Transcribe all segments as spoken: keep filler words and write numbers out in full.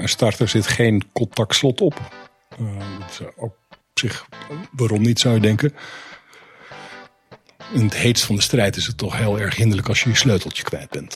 een starter zit geen contactslot op. Uh, dat is op zich, waarom niet zou je denken. In het heetst van de strijd is het toch heel erg hinderlijk als je je sleuteltje kwijt bent.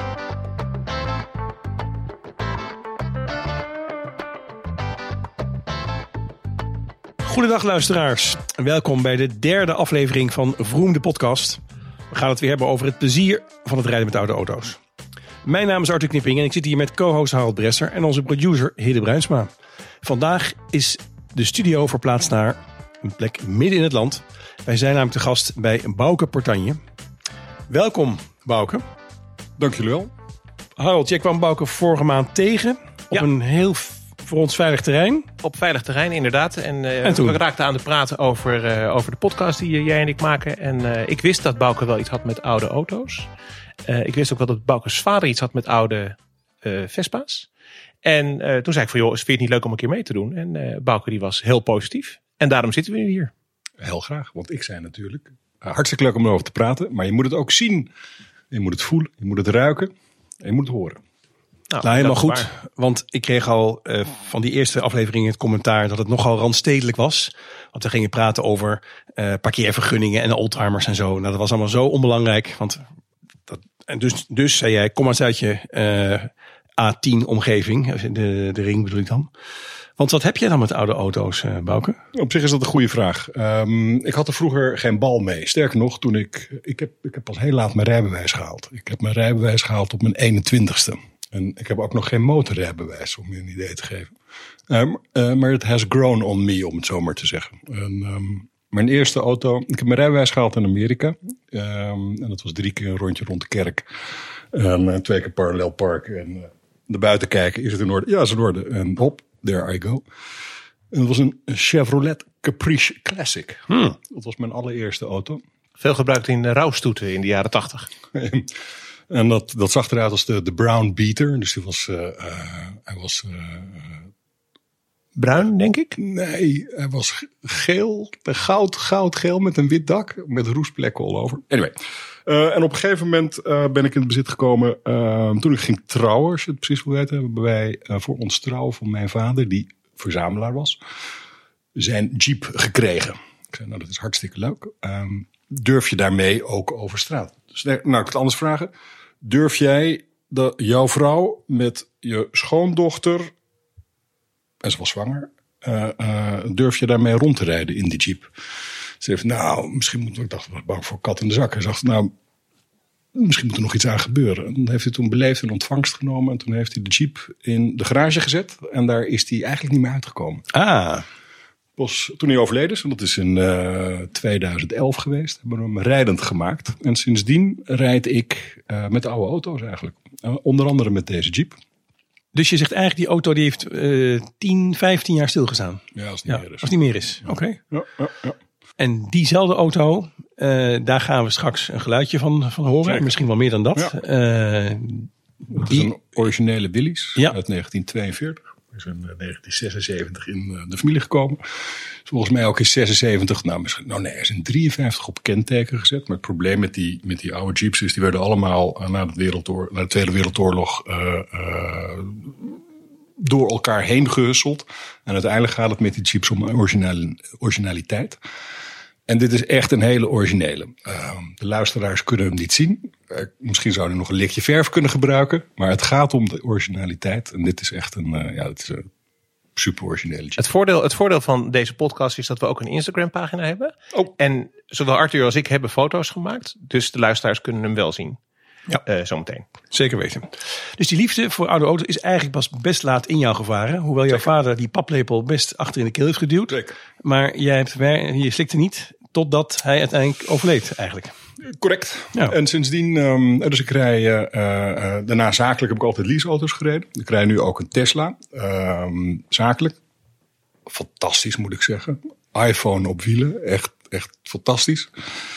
Goedendag luisteraars. Welkom bij de derde aflevering van Vroom de podcast. We gaan het weer hebben over het plezier van het rijden met oude auto's. Mijn naam is Arthur Knipping en ik zit hier met co-host Harold Bresser en onze producer Hidde Bruinsma. Vandaag is de studio verplaatst naar een plek midden in het land. Wij zijn namelijk te gast bij Bouke Portanje. Welkom Bouke. Dank jullie wel. Harold, jij kwam Bouke vorige maand tegen op ja. een heel voor ons veilig terrein. Op veilig terrein, inderdaad. En, uh, en we raakten aan de praten over, uh, over de podcast die uh, jij en ik maken. En uh, ik wist dat Bouke wel iets had met oude auto's. Uh, ik wist ook wel dat Bouke's vader iets had met oude uh, Vespa's. En uh, toen zei ik van, joh, vind je het niet leuk om een keer mee te doen? En uh, Bouke die was heel positief. En daarom zitten we nu hier. Heel graag, want ik zei natuurlijk, uh, hartstikke leuk om erover te praten. Maar je moet het ook zien. Je moet het voelen, je moet het ruiken en je moet het horen. Nou, nou helemaal goed, waar. Want ik kreeg al uh, van die eerste aflevering het commentaar dat het nogal randstedelijk was. Want we gingen praten over uh, parkeervergunningen en oldtimers en zo. Nou, dat was allemaal zo onbelangrijk. Want dat, en dus, dus zei jij, kom eens uit je uh, A tien omgeving, de, de ring bedoel ik dan. Want wat heb jij dan met oude auto's, uh, Bouke? Op zich is dat een goede vraag. Um, ik had er vroeger geen bal mee. Sterker nog, toen ik, ik, heb, ik heb pas heel laat mijn rijbewijs gehaald. Ik heb mijn rijbewijs gehaald op mijn eenentwintigste. En ik heb ook nog geen motorrijbewijs, om je een idee te geven. Um, uh, maar het has grown on me, om het zo maar te zeggen. En, um, mijn eerste auto, ik heb mijn rijbewijs gehaald in Amerika. Um, en dat was drie keer een rondje rond de kerk. En uh, twee keer parallel parken. En uh, naar buiten kijken, is het in orde? Ja, is in orde. En hop, there I go. En dat was een Chevrolet Caprice Classic. Hmm. Dat was mijn allereerste auto. Veel gebruikt in rouwstoeten in de jaren tachtig. En dat, dat zag eruit als de, de Brown Beater. Dus die was, uh, uh, hij was... Uh, Bruin, denk ik? Nee, hij was geel, goud, goudgeel met een wit dak. Met roestplekken all over. Anyway. Uh, en op een gegeven moment uh, ben ik in het bezit gekomen. Uh, toen ik ging trouwen, als je het precies wil weten. Hebben wij uh, voor ons trouwen van mijn vader, die verzamelaar was, zijn Jeep gekregen. Ik zei, nou dat is hartstikke leuk. Um, durf je daarmee ook over straat? Dus, nou, ik het anders vragen. Durf jij dat jouw vrouw met je schoondochter, en ze was zwanger, uh, uh, durf je daarmee rond te rijden in die Jeep? Ze heeft, nou, misschien moet ik dacht, ik was bang voor kat in de zak. Hij zegt, nou, misschien moet er nog iets aan gebeuren. En dan heeft hij toen beleefd in ontvangst genomen. En toen heeft hij de Jeep in de garage gezet. En daar is hij eigenlijk niet meer uitgekomen. Ah. Was toen hij overleden is, en dat is in uh, tweeduizend elf geweest, hebben we hem rijdend gemaakt. En sindsdien rijd ik uh, met oude auto's eigenlijk. Uh, onder andere met deze Jeep. Dus je zegt eigenlijk die auto die heeft uh, tien, vijftien jaar stilgestaan? Ja, als het niet ja, meer is. Als het niet meer is, ja. Oké. Okay. Ja, ja, ja. En diezelfde auto, uh, daar gaan we straks een geluidje van, van horen. Zeker. Misschien wel meer dan dat. Ja. Uh, dat die... is een originele Willys ja. uit negentien tweeënveertig. Is in negentien zesenzeventig in de familie gekomen. Volgens mij ook in zesenzeventig, nou, misschien, nou nee, hij is in drieënvijftig op kenteken gezet. Maar het probleem met die, met die oude Jeeps is, die werden allemaal uh, na, de wereldoor, na de Tweede Wereldoorlog uh, uh, door elkaar heen gehusseld. En uiteindelijk gaat het met die Jeeps om original, originaliteit. En dit is echt een hele originele. Uh, de luisteraars kunnen hem niet zien. Uh, misschien zou hij nog een likje verf kunnen gebruiken. Maar het gaat om de originaliteit. En dit is echt een, uh, ja, het is een super originele Jeep. Het voordeel, het voordeel van deze podcast is dat we ook een Instagram pagina hebben. Oh. En zowel Arthur als ik hebben foto's gemaakt. Dus de luisteraars kunnen hem wel zien. Ja. Uh, zometeen. Zeker weten. Dus die liefde voor oude auto's is eigenlijk pas best laat in jou gevaren. Hoewel jouw Zeker. vader die paplepel best achter in de keel heeft geduwd. Zeker. Maar jij hebt, je slikte niet totdat hij uiteindelijk overleed eigenlijk. Correct. Ja. En sindsdien, um, dus ik rij, uh, uh, daarna zakelijk heb ik altijd leaseauto's gereden. Ik rij nu ook een Tesla. Um, zakelijk. Fantastisch moet ik zeggen. iPhone op wielen. Echt, echt fantastisch.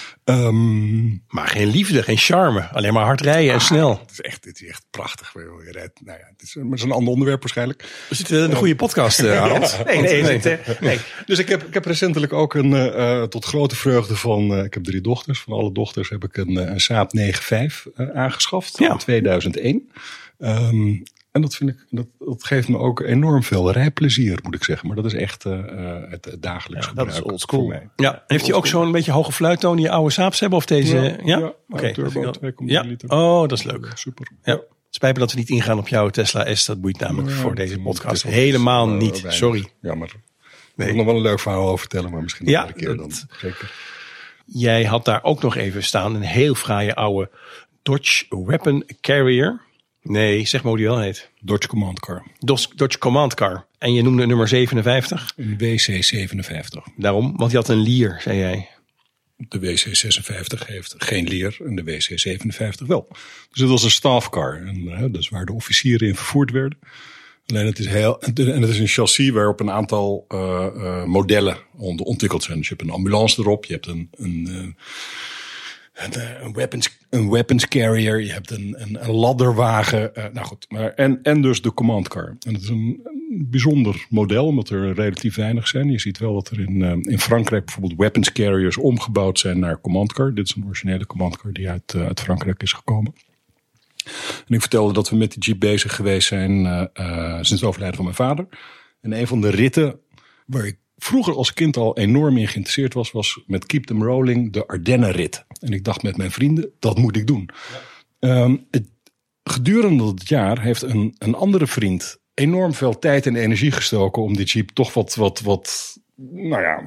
Um, maar geen liefde, geen charme. Alleen maar hard rijden en ah, snel. Het is echt, het is echt prachtig. Je rijdt, nou ja, het is, het is een ander onderwerp waarschijnlijk. We zitten in een goede podcast, uh, Harold. nee, nee, nee, nee, nee. Dus ik heb, ik heb recentelijk ook een, uh, tot grote vreugde van, uh, ik heb drie dochters. Van alle dochters heb ik een, een Saab negen vijf uh, aangeschaft. Ja. In tweeduizend één. Um, En dat vind ik, dat, dat geeft me ook enorm veel rijplezier, moet ik zeggen. Maar dat is echt uh, het, het dagelijks ja, gebruik. Dat is oldschool. Voor mij. Ja, heeft hij ook zo'n beetje hoge fluittoon die je oude Saabs hebben? Of deze? Ja, ja, ja? ja oké. Turbo twee komma drie ja. liter. Oh, dat is leuk. Super. Ja. Ja. Spijt me dat we niet ingaan op jouw Tesla S. Dat boeit namelijk ja, voor deze podcast uh, helemaal niet. Weinig. Sorry. Ja, maar nee. Ik wil nog wel een leuk verhaal over vertellen, maar misschien ja, een andere keer dan. Dat... Zeker. Jij had daar ook nog even staan een heel fraaie oude Dodge Weapon Carrier. Nee, zeg maar hoe die wel heet. Dodge Command Car. Dodge, Dodge Command Car. En je noemde nummer zevenenvijftig. Een W C zevenenvijftig. Daarom, want die had een Lier, zei jij. De W C zesenvijftig heeft geen Lier en de W C zevenenvijftig wel. Dus het was een staffcar. En uh, dat is waar de officieren in vervoerd werden. Alleen het is heel, en het is een chassis waarop een aantal uh, uh, modellen ontwikkeld zijn. Dus je hebt een ambulance erop, je hebt een, een, uh, een, een, weapons, een weapons carrier, je hebt een, een, een ladderwagen. Uh, nou goed, maar, en, en dus de command car. En het is een, een bijzonder model, omdat er relatief weinig zijn. Je ziet wel dat er in, uh, in Frankrijk bijvoorbeeld weapons carriers omgebouwd zijn naar command car. Dit is een originele command car die uit, uh, uit Frankrijk is gekomen. En ik vertelde dat we met die Jeep bezig geweest zijn uh, uh, sinds het overlijden van mijn vader. En een van de ritten waar ik vroeger als kind al enorm in geïnteresseerd was, was met Keep Them Rolling de Ardennenrit. En ik dacht met mijn vrienden, dat moet ik doen. Ja. Um, het, gedurende het jaar heeft een, een andere vriend enorm veel tijd en energie gestoken om die Jeep toch wat, wat, wat nou ja,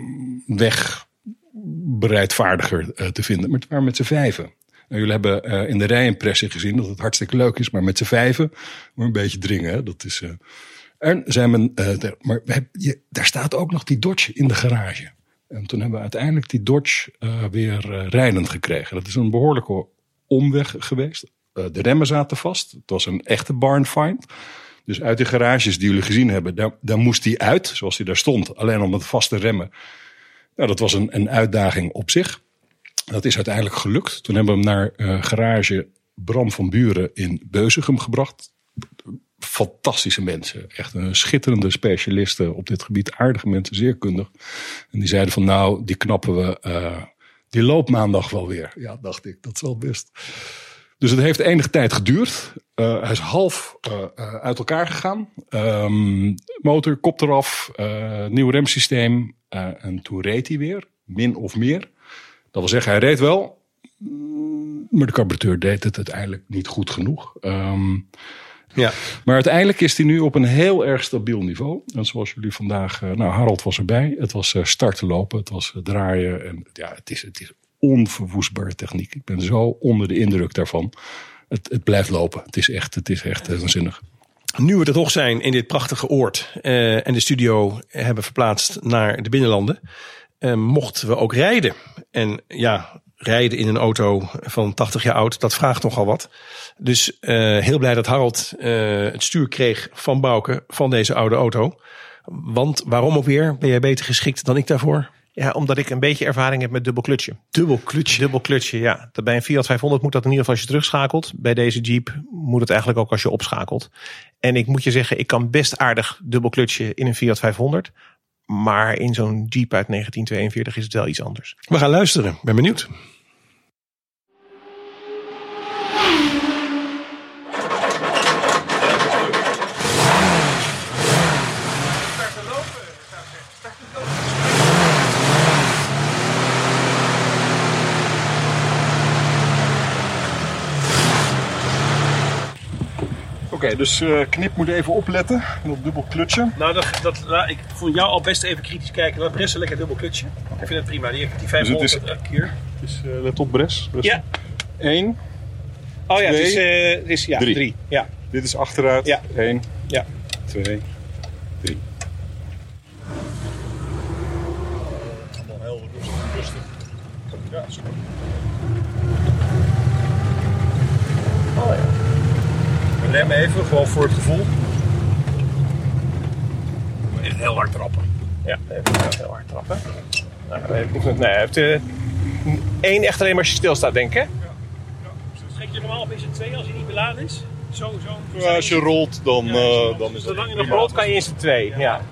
wegbereidvaardiger uh, te vinden. Maar het waren met z'n vijven. Nou, jullie hebben uh, in de rijimpressie gezien dat het hartstikke leuk is, maar met z'n vijven maar een beetje dringen. Hè? Dat is, uh... En zijn we, uh, de, maar we hebben, je, daar staat ook nog die Dodge in de garage. En toen hebben we uiteindelijk die Dodge uh, weer uh, rijdend gekregen. Dat is een behoorlijke omweg geweest. Uh, de remmen zaten vast. Het was een echte barn find. Dus uit de garages die jullie gezien hebben, daar, daar moest hij uit, zoals hij daar stond. Alleen om het vaste remmen. Nou, dat was een, een uitdaging op zich. Dat is uiteindelijk gelukt. Toen hebben we hem naar uh, garage Bram van Buren in Beuzegem gebracht. Fantastische mensen. Echt een schitterende specialisten op dit gebied. Aardige mensen, zeer kundig. En die zeiden van nou, die knappen we. Uh, die loopt maandag wel weer. Ja, dacht ik. Dat is wel best. Dus het heeft enige tijd geduurd. Uh, hij is half uh, uh, uit elkaar gegaan. Um, motor, kop eraf. Uh, nieuw remsysteem. Uh, en toen reed hij weer. Min of meer. Dat wil zeggen, hij reed wel, maar de carburateur deed het uiteindelijk niet goed genoeg. Um, ja. Maar uiteindelijk is hij nu op een heel erg stabiel niveau. En zoals jullie vandaag, nou Harold was erbij. Het was starten lopen, het was draaien. En ja, het is, het is onverwoestbare techniek. Ik ben zo onder de indruk daarvan. Het, het blijft lopen. Het is echt, het is echt waanzinnig. Nu we er toch zijn in dit prachtige oord uh, en de studio hebben verplaatst naar de binnenlanden. Uh, mochten we ook rijden. En ja, rijden in een auto van tachtig jaar oud, dat vraagt nogal wat. Dus uh, heel blij dat Harold uh, het stuur kreeg van Bouke van deze oude auto. Want waarom ook weer? Ben jij beter geschikt dan ik daarvoor? Ja, omdat ik een beetje ervaring heb met dubbel klutje. Dubbel klutje? Dubbel klutje, ja. Bij een Fiat vijfhonderd moet dat in ieder geval als je terugschakelt. Bij deze Jeep moet het eigenlijk ook als je opschakelt. En ik moet je zeggen, ik kan best aardig dubbel klutje in een Fiat vijfhonderd. Maar in zo'n Jeep uit negentien tweeënveertig is het wel iets anders. We gaan luisteren. Ben benieuwd. Oké, okay, dus uh, Knip moet even opletten op dubbel klutje. Nou, dat, dat, nou, ik vond jou al best even kritisch kijken. Dat Bres een lekker dubbel klutje. Ik vind het prima. Die heeft die vijfhonderd dus het is, keer. Dus uh, let op Bres. Bres. Ja. Eén. Oh ja, twee, het is, uh, het is ja, drie. drie. Ja. Dit is achteruit. Ja. Eén. Ja. Twee. Drie. Allemaal heel rustig. rustig. Ja, super. Oh ja. We remmen even, gewoon voor het gevoel. Echt heel hard trappen. Ja, even heel hard trappen. Nou, hij heeft, nee, hij heeft uh, één echt alleen maar als je stilstaat, denk ik, hè? Ja. Ja. Schrik je normaal op in z'n twee als hij niet beladen is? Zo, zo. Ja, als je rolt, dan, ja, uh, dan, dan is het. Zolang je nog rolt, kan je in z'n twee. Ja. Ja.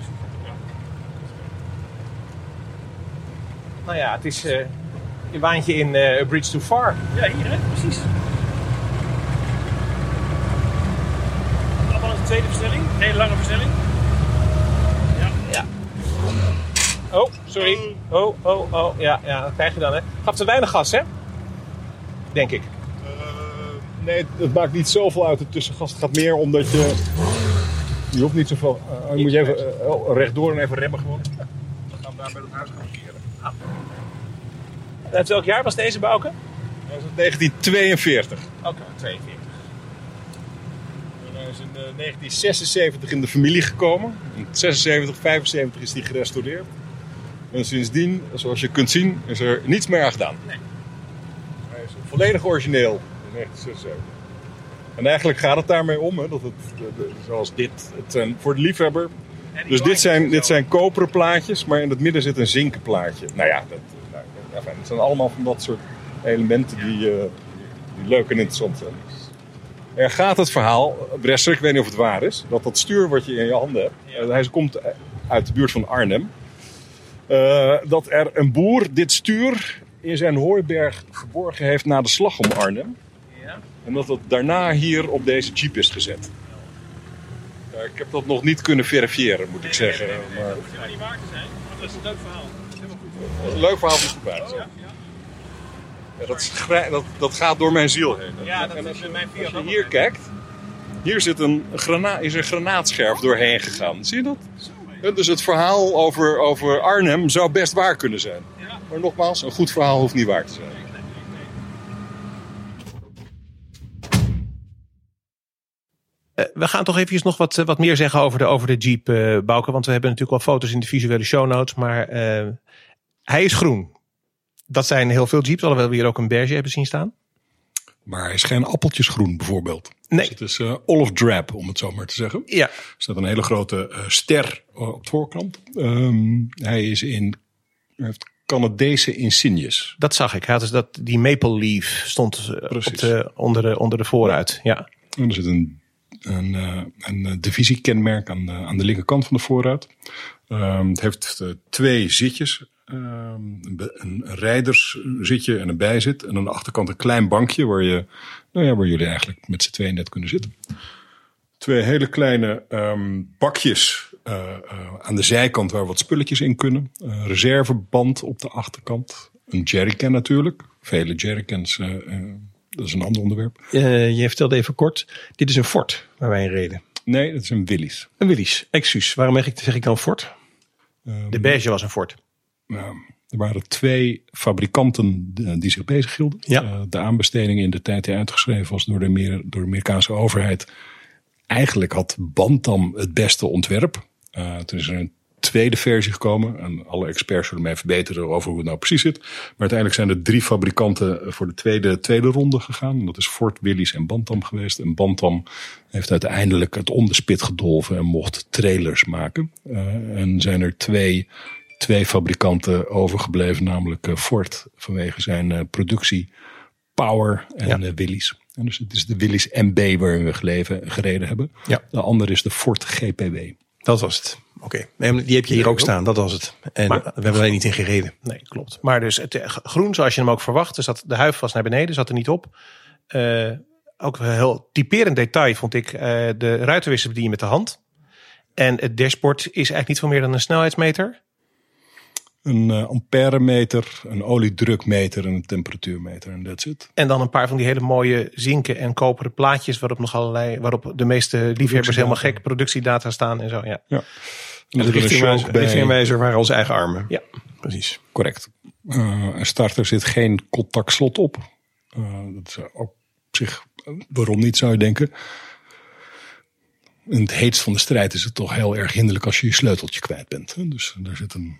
Nou ja, het is uh, een baantje in uh, A Bridge Too Far. Ja, hier, hè? Precies. tweede versnelling. Hele lange versnelling. Ja. ja. Oh, sorry. Oh, oh, oh. Ja, ja, dat krijg je dan, hè. Gaf te weinig gas, hè? Denk ik. Uh, nee, het maakt niet zoveel uit. Het tussengas. Het gaat meer omdat je... Je hoeft niet zoveel... Uh, je moet je even uh, oh, rechtdoor en even remmen gewoon. Dan gaan we daar bij het huis gaan parkeren. Ah. Uit welk jaar was deze Bouke? Dat is negentien tweeënveertig. Oké, okay, tweeënveertig. En hij is in uh, negentien zesenzeventig in de familie gekomen. In zesenzeventig, vijfenzeventig is hij gerestaureerd. En sindsdien, zoals je kunt zien, is er niets meer aan gedaan. Nee. Hij is volledig origineel in negentien zesenzeventig. En eigenlijk gaat het daarmee om, hè, dat het, de, de, zoals dit, het zijn voor de liefhebber. Dus dit zijn, dit zijn koperen plaatjes, maar in het midden zit een zinken plaatje. Nou ja, dat, nou, nou, het zijn allemaal van dat soort elementen die, uh, die leuk en interessant zijn. Er gaat het verhaal, Bresser, ik weet niet of het waar is, dat dat stuur wat je in je handen hebt, ja. Hij komt uit de buurt van Arnhem. Uh, dat er een boer dit stuur in zijn hooiberg verborgen heeft na de slag om Arnhem. Ja. En dat het daarna hier op deze jeep is gezet. Uh, ik heb dat nog niet kunnen verifiëren, moet nee, ik zeggen. Nee, nee, nee, nee. Maar... Dat hoeft helemaal niet waar te zijn, maar dat is een leuk verhaal. Dat is helemaal goed. Dat is een leuk verhaal van voorbij. Ja, ja. Ja, dat, is gra- dat, dat gaat door mijn ziel heen. Ja, dat en is als je, mijn als je hier kijkt, hier zit een grana- is een granaatscherf doorheen gegaan. Zie je dat? Ja, dus het verhaal over, over Arnhem zou best waar kunnen zijn. Ja. Maar nogmaals, een goed verhaal hoeft niet waar te zijn. Uh, we gaan toch even nog wat, wat meer zeggen over de, over de Jeep, uh, Bouke. Want we hebben natuurlijk wel foto's in de visuele show notes. Maar uh, hij is groen. Dat zijn heel veel Jeeps, alhoewel we hier ook een beige hebben zien staan. Maar hij is geen appeltjesgroen bijvoorbeeld. Nee. Dus het is uh, olive drab, om het zo maar te zeggen. Ja. Er staat een hele grote uh, ster op de voorkant. Um, hij is in, hij heeft Canadese insignes. Dat zag ik. Hij had dus dat, die maple leaf stond uh, op de, onder, de, onder de vooruit. Ja. En er zit een, een, uh, een divisiekenmerk aan de, aan de linkerkant van de vooruit. Um, het heeft uh, twee zitjes. Um, een rijderszitje en een bijzit. En aan de achterkant een klein bankje waar, je, nou ja, waar jullie eigenlijk met z'n tweeën net kunnen zitten. Twee hele kleine um, bakjes uh, uh, aan de zijkant waar wat spulletjes in kunnen. Uh, reserveband op de achterkant. Een jerrycan natuurlijk. Vele jerrycans, uh, uh, dat is een ander onderwerp. Uh, je vertelde even kort, dit is een Ford waar wij in reden. Nee, dat is een Willys. Een Willys, excuus. Waarom zeg ik, zeg ik dan Ford? Um, de beige was een Ford. Uh, er waren twee fabrikanten die zich bezighielden. Ja. Uh, de aanbesteding in de tijd die uitgeschreven was door de, meer, door de Amerikaanse overheid. Eigenlijk had Bantam het beste ontwerp. Uh, toen is er een tweede versie gekomen. En alle experts zullen mij verbeteren over hoe het nou precies zit. Maar uiteindelijk zijn er drie fabrikanten voor de tweede, tweede ronde gegaan. En dat is Ford, Willys en Bantam geweest. En Bantam heeft uiteindelijk het om de spit gedolven en mocht trailers maken. Uh, en zijn er twee... Twee fabrikanten overgebleven, namelijk Ford vanwege zijn uh, productie, Power en ja. uh, Willys. En dus het is de Willys M B waar we geleven, gereden hebben. Ja. De andere is de Ford G P W. Dat was het. Oké, okay. Die heb je hier ook staan, dat was het. En maar, we hebben alleen niet in gereden. Nee, klopt. Maar dus het groen zoals je hem ook verwacht. Dus dat de huif was naar beneden, zat er niet op. Uh, ook een heel typerend detail vond ik. Uh, de ruitenwisser bedien je met de hand. En het dashboard is eigenlijk niet veel meer dan een snelheidsmeter. Een uh, amperemeter, een oliedrukmeter en een temperatuurmeter en that's it. En dan een paar van die hele mooie zinken en koperen plaatjes waarop nog allerlei, waarop de meeste liefhebbers helemaal gek productiedata staan en zo. Ja. ja. En de richtingwijzer, bij... richtingwijzer waren onze eigen armen. Ja, precies. Correct. Uh, een starter zit geen contactslot op. Uh, dat is op zich, waarom niet zou je denken. In het heetst van de strijd is het toch heel erg hinderlijk als je je sleuteltje kwijt bent. Dus daar zit een...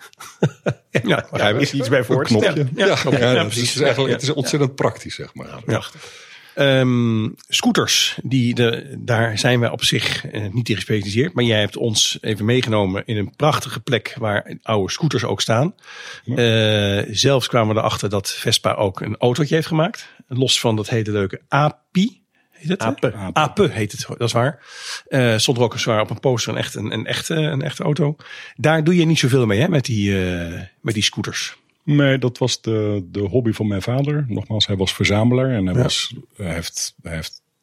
ja, daar ja, is iets bij voor. Knopje. Ja, ja, ja, ja, ja precies. Het is, eigenlijk, het is ontzettend ja. praktisch, zeg maar. Ja, prachtig. Um, scooters, die de, daar zijn wij op zich uh, niet in gespecialiseerd. Maar jij hebt ons even meegenomen in een prachtige plek waar oude scooters ook staan. Ja. Uh, zelfs kwamen we erachter dat Vespa ook een autootje heeft gemaakt. Los van dat hele leuke A P I. Heet het? Ape. Ape. Ape heet het, dat is waar. Uh, stond er ook zwaar op een poster een, echt, een, een, echte, een echte auto. Daar doe je niet zoveel mee hè, met, die, uh, met die scooters. Nee, dat was de, de hobby van mijn vader. Nogmaals, hij was verzamelaar en hij, ja. was, hij, heeft, hij heeft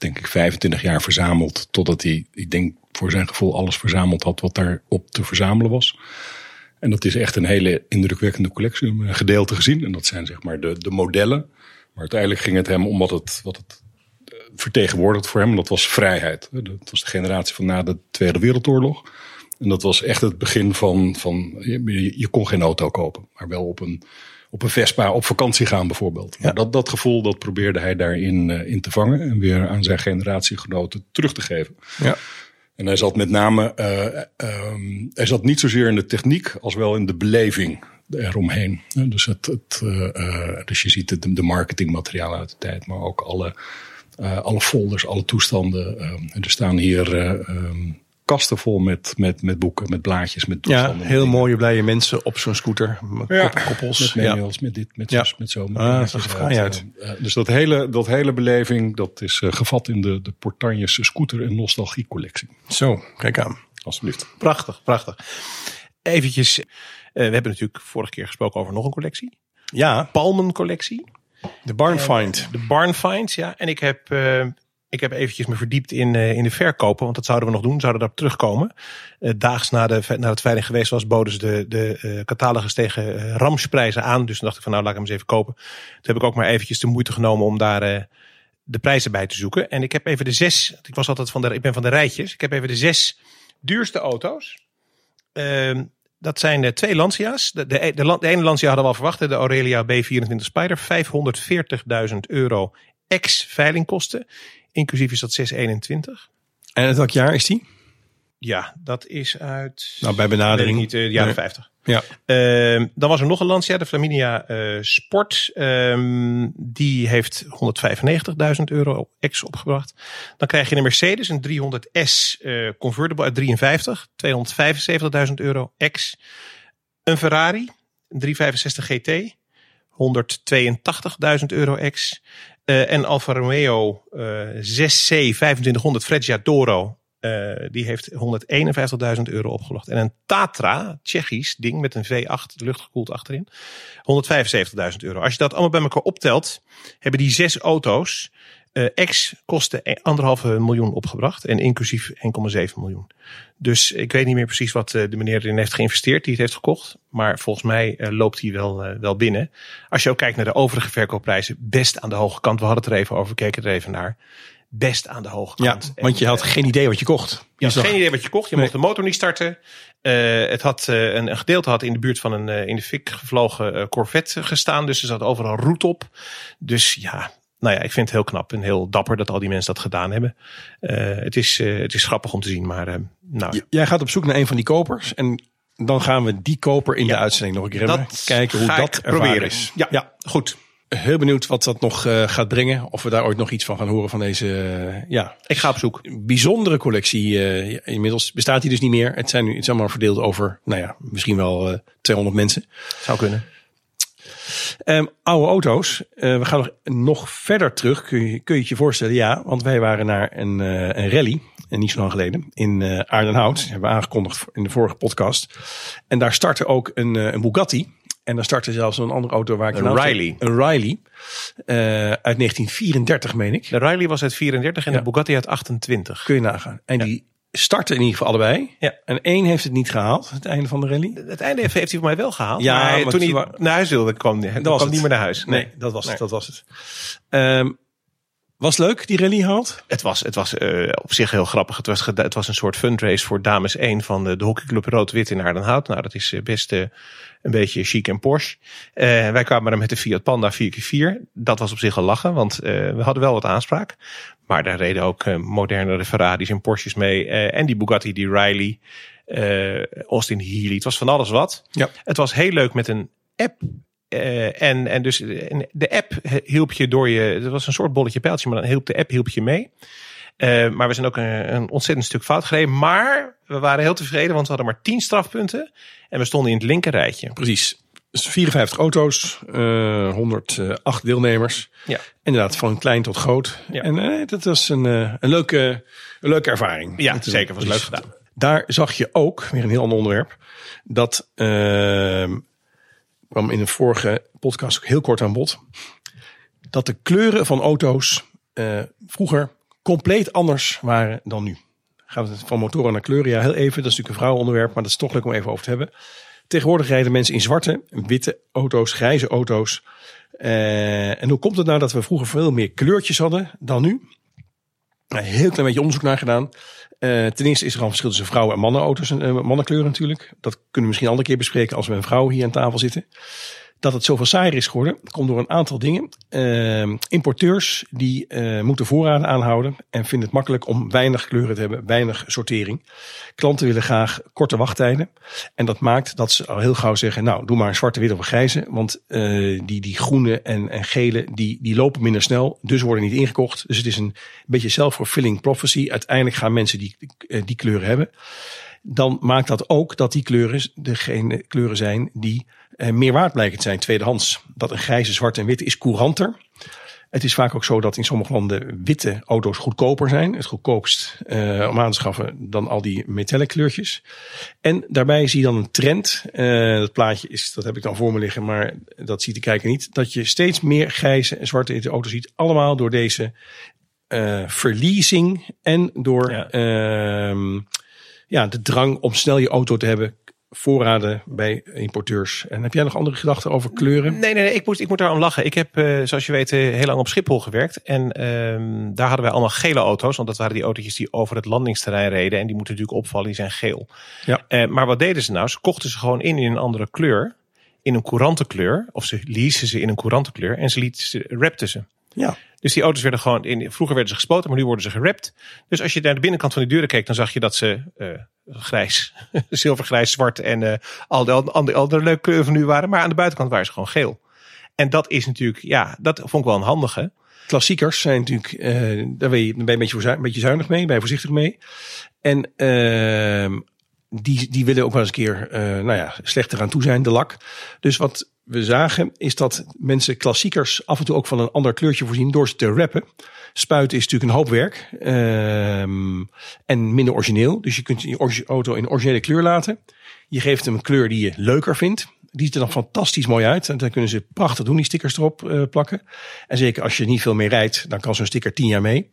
denk ik vijfentwintig jaar verzameld. Totdat hij, ik denk voor zijn gevoel, alles verzameld had wat daarop te verzamelen was. En dat is echt een hele indrukwekkende collectie. Een gedeelte gezien. En dat zijn zeg maar de, de modellen. Maar uiteindelijk ging het hem om wat het, wat het vertegenwoordigd voor hem. En dat was vrijheid. Dat was de generatie van na de Tweede Wereldoorlog. En dat was echt het begin van, van je, je kon geen auto kopen. Maar wel op een, op een Vespa op vakantie gaan bijvoorbeeld. Ja. Maar dat, dat gevoel dat probeerde hij daarin uh, in te vangen. En weer aan zijn generatiegenoten terug te geven. Ja. En hij zat met name, uh, um, hij zat niet zozeer in de techniek als wel in de beleving eromheen. Dus, het, het, uh, uh, dus je ziet de, de marketingmateriaal uit de tijd, maar ook alle, uh, alle folders, alle toestanden. Uh, er staan hier uh, um, kasten vol met, met, met boeken, met blaadjes, met toestanden. Ja, heel mooie blije mensen op zo'n scooter. Met ja, koppels. Met manuals, ja. met dit, met ja. zus, met zo. Met ah, dat zag er fraai uit. Uh, dus dat hele, dat hele beleving, dat is uh, gevat in de, de Portanjes scooter- en nostalgie-collectie. Zo, kijk aan. Alsjeblieft. Prachtig, prachtig. Eventjes, uh, we hebben natuurlijk vorige keer gesproken over nog een collectie. Ja. Palmencollectie. De Barn Find. Uh, de Barn Find, ja. En ik heb... Uh, Ik heb eventjes me verdiept in, uh, in de verkopen, want dat zouden we nog doen, zouden daarop terugkomen. Uh, daags na, de, na het veiling geweest was, boden ze de, de uh, catalogus tegen uh, ramsprijzen aan. Dus toen dacht ik van nou, laat ik hem eens even kopen. Toen heb ik ook maar eventjes de moeite genomen om daar uh, de prijzen bij te zoeken. En ik heb even de zes, ik was altijd van de, ik ben van de rijtjes. Ik heb even de zes duurste auto's. Uh, dat zijn de twee Lancia's. De, de, de, de ene Lancia hadden we al verwacht, de Aurelia B vierentwintig Spider. vijfhonderdveertigduizend euro ex-veilingkosten. Inclusief is dat zes eenentwintig. En uit welk jaar is die? Ja, dat is uit... Nou, bij benadering. Niet, uh, de jaren nee. vijftig. Ja. Uh, dan was er nog een Lancia, de Flaminia uh, Sport. Um, die heeft honderdvijfennegentigduizend euro ex opgebracht. Dan krijg je een Mercedes, een driehonderd S uh, convertible uit drieënvijftig. tweehonderdvijfenzeventigduizend euro ex. Een Ferrari, een driehonderdvijfenzestig G T. honderdtweeëntachtigduizend euro ex. Uh, en Alfa Romeo uh, zes C vijfentwintighonderd Frecciadoro. Uh, die heeft honderdeenenvijftigduizend euro opgebracht. En een Tatra, Tsjechisch ding met een V acht, luchtgekoeld achterin. honderdvijfenzeventigduizend euro. Als je dat allemaal bij elkaar optelt, hebben die zes auto's uh, ex kosten anderhalve miljoen opgebracht. En inclusief één komma zeven miljoen. Dus ik weet niet meer precies wat uh, de meneer erin heeft geïnvesteerd, die het heeft gekocht. Maar volgens mij uh, loopt hij wel, uh, wel binnen. Als je ook kijkt naar de overige verkoopprijzen, best aan de hoge kant. We hadden het er even over, we keken er even naar. Best aan de hoge kant. Ja, want je had en, geen idee wat je kocht. Je had geen idee wat je kocht. Je nee. mocht de motor niet starten. Uh, het had uh, een, een gedeelte had in de buurt van een uh, in de fik gevlogen uh, Corvette gestaan. Dus er zat overal roet op. Dus ja, nou ja, ik vind het heel knap en heel dapper dat al die mensen dat gedaan hebben. Uh, het, is, uh, het is grappig om te zien. Maar uh, nou. J- Jij gaat op zoek naar een van die kopers. En dan gaan we die koper in ja, de uitzending nog een keer hebben. Kijken hoe dat proberen is. Ja, ja, goed. Heel benieuwd wat dat nog uh, gaat brengen. Of we daar ooit nog iets van gaan horen van deze, uh, ja. Ik ga op zoek. Bijzondere collectie. Uh, inmiddels bestaat die dus niet meer. Het zijn nu iets allemaal verdeeld over, nou ja, misschien wel uh, tweehonderd mensen. Zou kunnen. Um, oude auto's. Uh, we gaan nog, nog verder terug. Kun je, kun je het je voorstellen? Ja, want wij waren naar een, uh, een rally. En niet zo lang geleden. In uh, Aardenhout. Dat hebben we aangekondigd in de vorige podcast. En daar startte ook een, uh, een Bugatti. En dan startte zelfs een andere auto waar ik een Riley. Een Riley. Uh, uit negentien vierendertig, meen ik. De Riley was uit vierendertig en ja. de Bugatti uit achtentwintig. Kun je nagaan. En ja. die startte in ieder geval allebei. Ja. En één heeft het niet gehaald, het einde van de rally. Het einde heeft hij voor mij wel gehaald. Ja, maar toen hij wa- naar huis wilde, kwam hij kwam niet meer naar huis. Nee, nee dat was nee. het. Dat was het. Um, Was het leuk, die rally haalt? Het was, het was uh, op zich heel grappig. Het was, het was een soort fundrace voor dames één van de, de hockeyclub Rood-Wit in Aardenhout. Nou, dat is best uh, een beetje chic en Porsche. Uh, wij kwamen er met de Fiat Panda vier keer vier. Dat was op zich al lachen, want uh, we hadden wel wat aanspraak. Maar daar reden ook uh, modernere Ferraris en Porsches mee. Uh, en die Bugatti, die Riley, uh, Austin Healey. Het was van alles wat. Ja. Het was heel leuk met een app. Uh, en, en dus de app hielp je door je... Het was een soort bolletje pijltje, maar dan hielp de app hielp je mee. Uh, maar we zijn ook een, een ontzettend stuk fout gereden. Maar we waren heel tevreden, want we hadden maar tien strafpunten. En we stonden in het linker rijtje. Precies. Dus vierenvijftig auto's, uh, honderdacht deelnemers. Ja. Inderdaad, van klein tot groot. Ja. En uh, dat was een, uh, een, leuke, een leuke ervaring. Ja, dat zeker. Was leuk gedaan. Daar zag je ook, weer een heel ander onderwerp, dat... Uh, kwam in een vorige podcast ook heel kort aan bod. Dat de kleuren van auto's uh, vroeger compleet anders waren dan nu. Gaan we van motoren naar kleuren? Ja, heel even. Dat is natuurlijk een vrouwenonderwerp, maar dat is toch leuk om even over te hebben. Tegenwoordig rijden mensen in zwarte, witte auto's, grijze auto's. Uh, en hoe komt het nou dat we vroeger veel meer kleurtjes hadden dan nu? Een heel klein beetje onderzoek naar gedaan. Uh, ten eerste is er al een verschil tussen vrouwen- en mannenauto's en uh, mannenkleuren natuurlijk. Dat kunnen we misschien een andere keer bespreken als we een vrouw hier aan tafel zitten. Dat het zoveel saaier is geworden, komt door een aantal dingen. Uh, importeurs die uh, moeten voorraden aanhouden en vinden het makkelijk om weinig kleuren te hebben, weinig sortering. Klanten willen graag korte wachttijden. En dat maakt dat ze al heel gauw zeggen, nou doe maar een zwarte, witte of grijze. Want uh, die, die groene en, en gele die, die lopen minder snel, dus worden niet ingekocht. Dus het is een beetje self-fulfilling prophecy. Uiteindelijk gaan mensen die, die kleuren hebben. Dan maakt dat ook dat die kleuren degene kleuren zijn die uh, meer waard blijken te zijn, tweedehands. Dat een grijze, zwarte en witte is couranter. Het is vaak ook zo dat in sommige landen witte auto's goedkoper zijn. Het goedkoopst uh, om aan te schaffen dan al die metallic kleurtjes. En daarbij zie je dan een trend. Uh, dat plaatje is, dat heb ik dan voor me liggen, maar dat ziet de kijker niet. Dat je steeds meer grijze en zwarte auto's ziet. Allemaal door deze uh, verleasing en door ja. Uh, ja, de drang om snel je auto te hebben. Voorraden bij importeurs. En heb jij nog andere gedachten over kleuren? Nee, nee, nee ik, moet, ik moet daar om lachen. Ik heb, uh, zoals je weet, uh, heel lang op Schiphol gewerkt. En uh, daar hadden wij allemaal gele auto's. Want dat waren die autootjes die over het landingsterrein reden. En die moeten natuurlijk opvallen, die zijn geel. Ja. Uh, maar wat deden ze nou? Ze kochten ze gewoon in in een andere kleur. In een courante kleur. Of ze leasen ze in een courante kleur. En ze lieten ze, rapten ze. Ja. Dus die auto's werden gewoon, in, vroeger werden ze gespoten, maar nu worden ze gerapt. Dus als je naar de binnenkant van die deuren keek, dan zag je dat ze uh, grijs, zilvergrijs, zwart en uh, al, de, al die andere leuke kleuren van nu waren. Maar aan de buitenkant waren ze gewoon geel. En dat is natuurlijk, ja, dat vond ik wel een handige. Klassiekers zijn natuurlijk, uh, daar ben je, ben je een, beetje, een beetje zuinig mee, ben je voorzichtig mee. En uh, die, die willen ook wel eens een keer, uh, nou ja, slechter aan toe zijn, de lak. Dus wat we zagen is dat mensen klassiekers af en toe ook van een ander kleurtje voorzien door ze te rappen. Spuiten is natuurlijk een hoop werk um, en minder origineel. Dus je kunt je auto in originele kleur laten. Je geeft hem een kleur die je leuker vindt. Die ziet er dan fantastisch mooi uit. En dan kunnen ze prachtig doen, die stickers erop uh, plakken. En zeker als je niet veel meer rijdt, dan kan zo'n sticker tien jaar mee.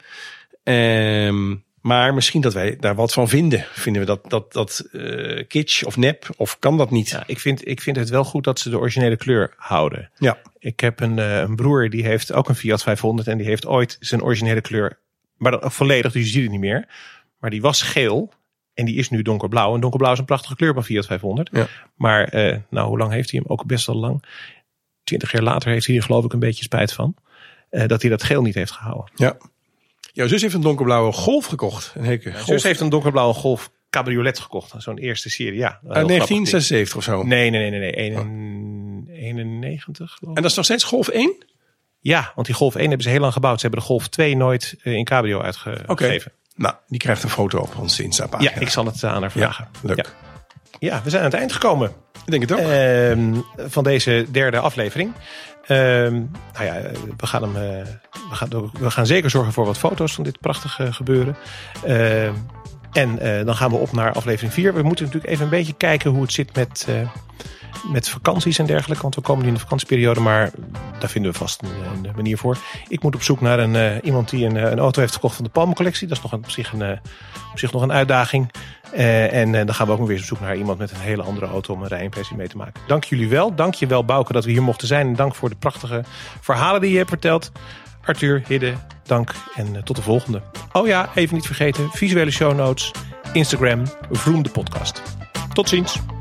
Um, Maar misschien dat wij daar wat van vinden. Vinden we dat, dat, dat uh, kitsch of nep? Of kan dat niet? Ja, ik, vind, ik vind het wel goed dat ze de originele kleur houden. Ja. Ik heb een, uh, een broer die heeft ook een Fiat vijfhonderd. En die heeft ooit zijn originele kleur. Maar dan, volledig, dus je ziet het niet meer. Maar die was geel. En die is nu donkerblauw. En donkerblauw is een prachtige kleur van Fiat vijfhonderd. Ja. Maar uh, nou, hoe lang heeft hij hem? Ook best wel lang. Twintig jaar later heeft hij er geloof ik een beetje spijt van. Uh, dat hij dat geel niet heeft gehouden. Ja. Jouw zus heeft een donkerblauwe Golf gekocht. Een hele Golf. Zus heeft een donkerblauwe Golf cabriolet gekocht. Zo'n eerste serie, ja. Uit negentien zesenzeventig of zo? Nee, nee, nee, nee. nee. eenennegentig geloof ik. En dat is nog steeds Golf één? Ja, want die Golf één hebben ze heel lang gebouwd. Ze hebben de Golf twee nooit in cabrio uitgegeven. Okay. Nou, die krijgt een foto op onze Insta-pagina. Ja, ik zal het aan haar vragen. Ja, leuk. Ja. Ja, we zijn aan het eind gekomen. Ik denk het ook. Uh, van deze derde aflevering. Uh, nou ja, we gaan, hem, uh, we, gaan, we gaan zeker zorgen voor wat foto's van dit prachtige gebeuren. Uh, en uh, dan gaan we op naar aflevering vier. We moeten natuurlijk even een beetje kijken hoe het zit met, uh, met vakanties en dergelijke. Want we komen nu in de vakantieperiode, maar daar vinden we vast een, een manier voor. Ik moet op zoek naar een, uh, iemand die een, een auto heeft gekocht van de Palmencollectie. Dat is nog een, op, zich een, uh, op zich nog een uitdaging. Uh, en uh, dan gaan we ook weer op zoek naar iemand met een hele andere auto om een rijimpressie mee te maken. Dank jullie wel. Dank je wel, Bouke, dat we hier mochten zijn. En dank voor de prachtige verhalen die je hebt verteld. Arthur, Hidde, dank en uh, tot de volgende. Oh ja, even niet vergeten, visuele show notes, Instagram, Vroom de podcast. Tot ziens.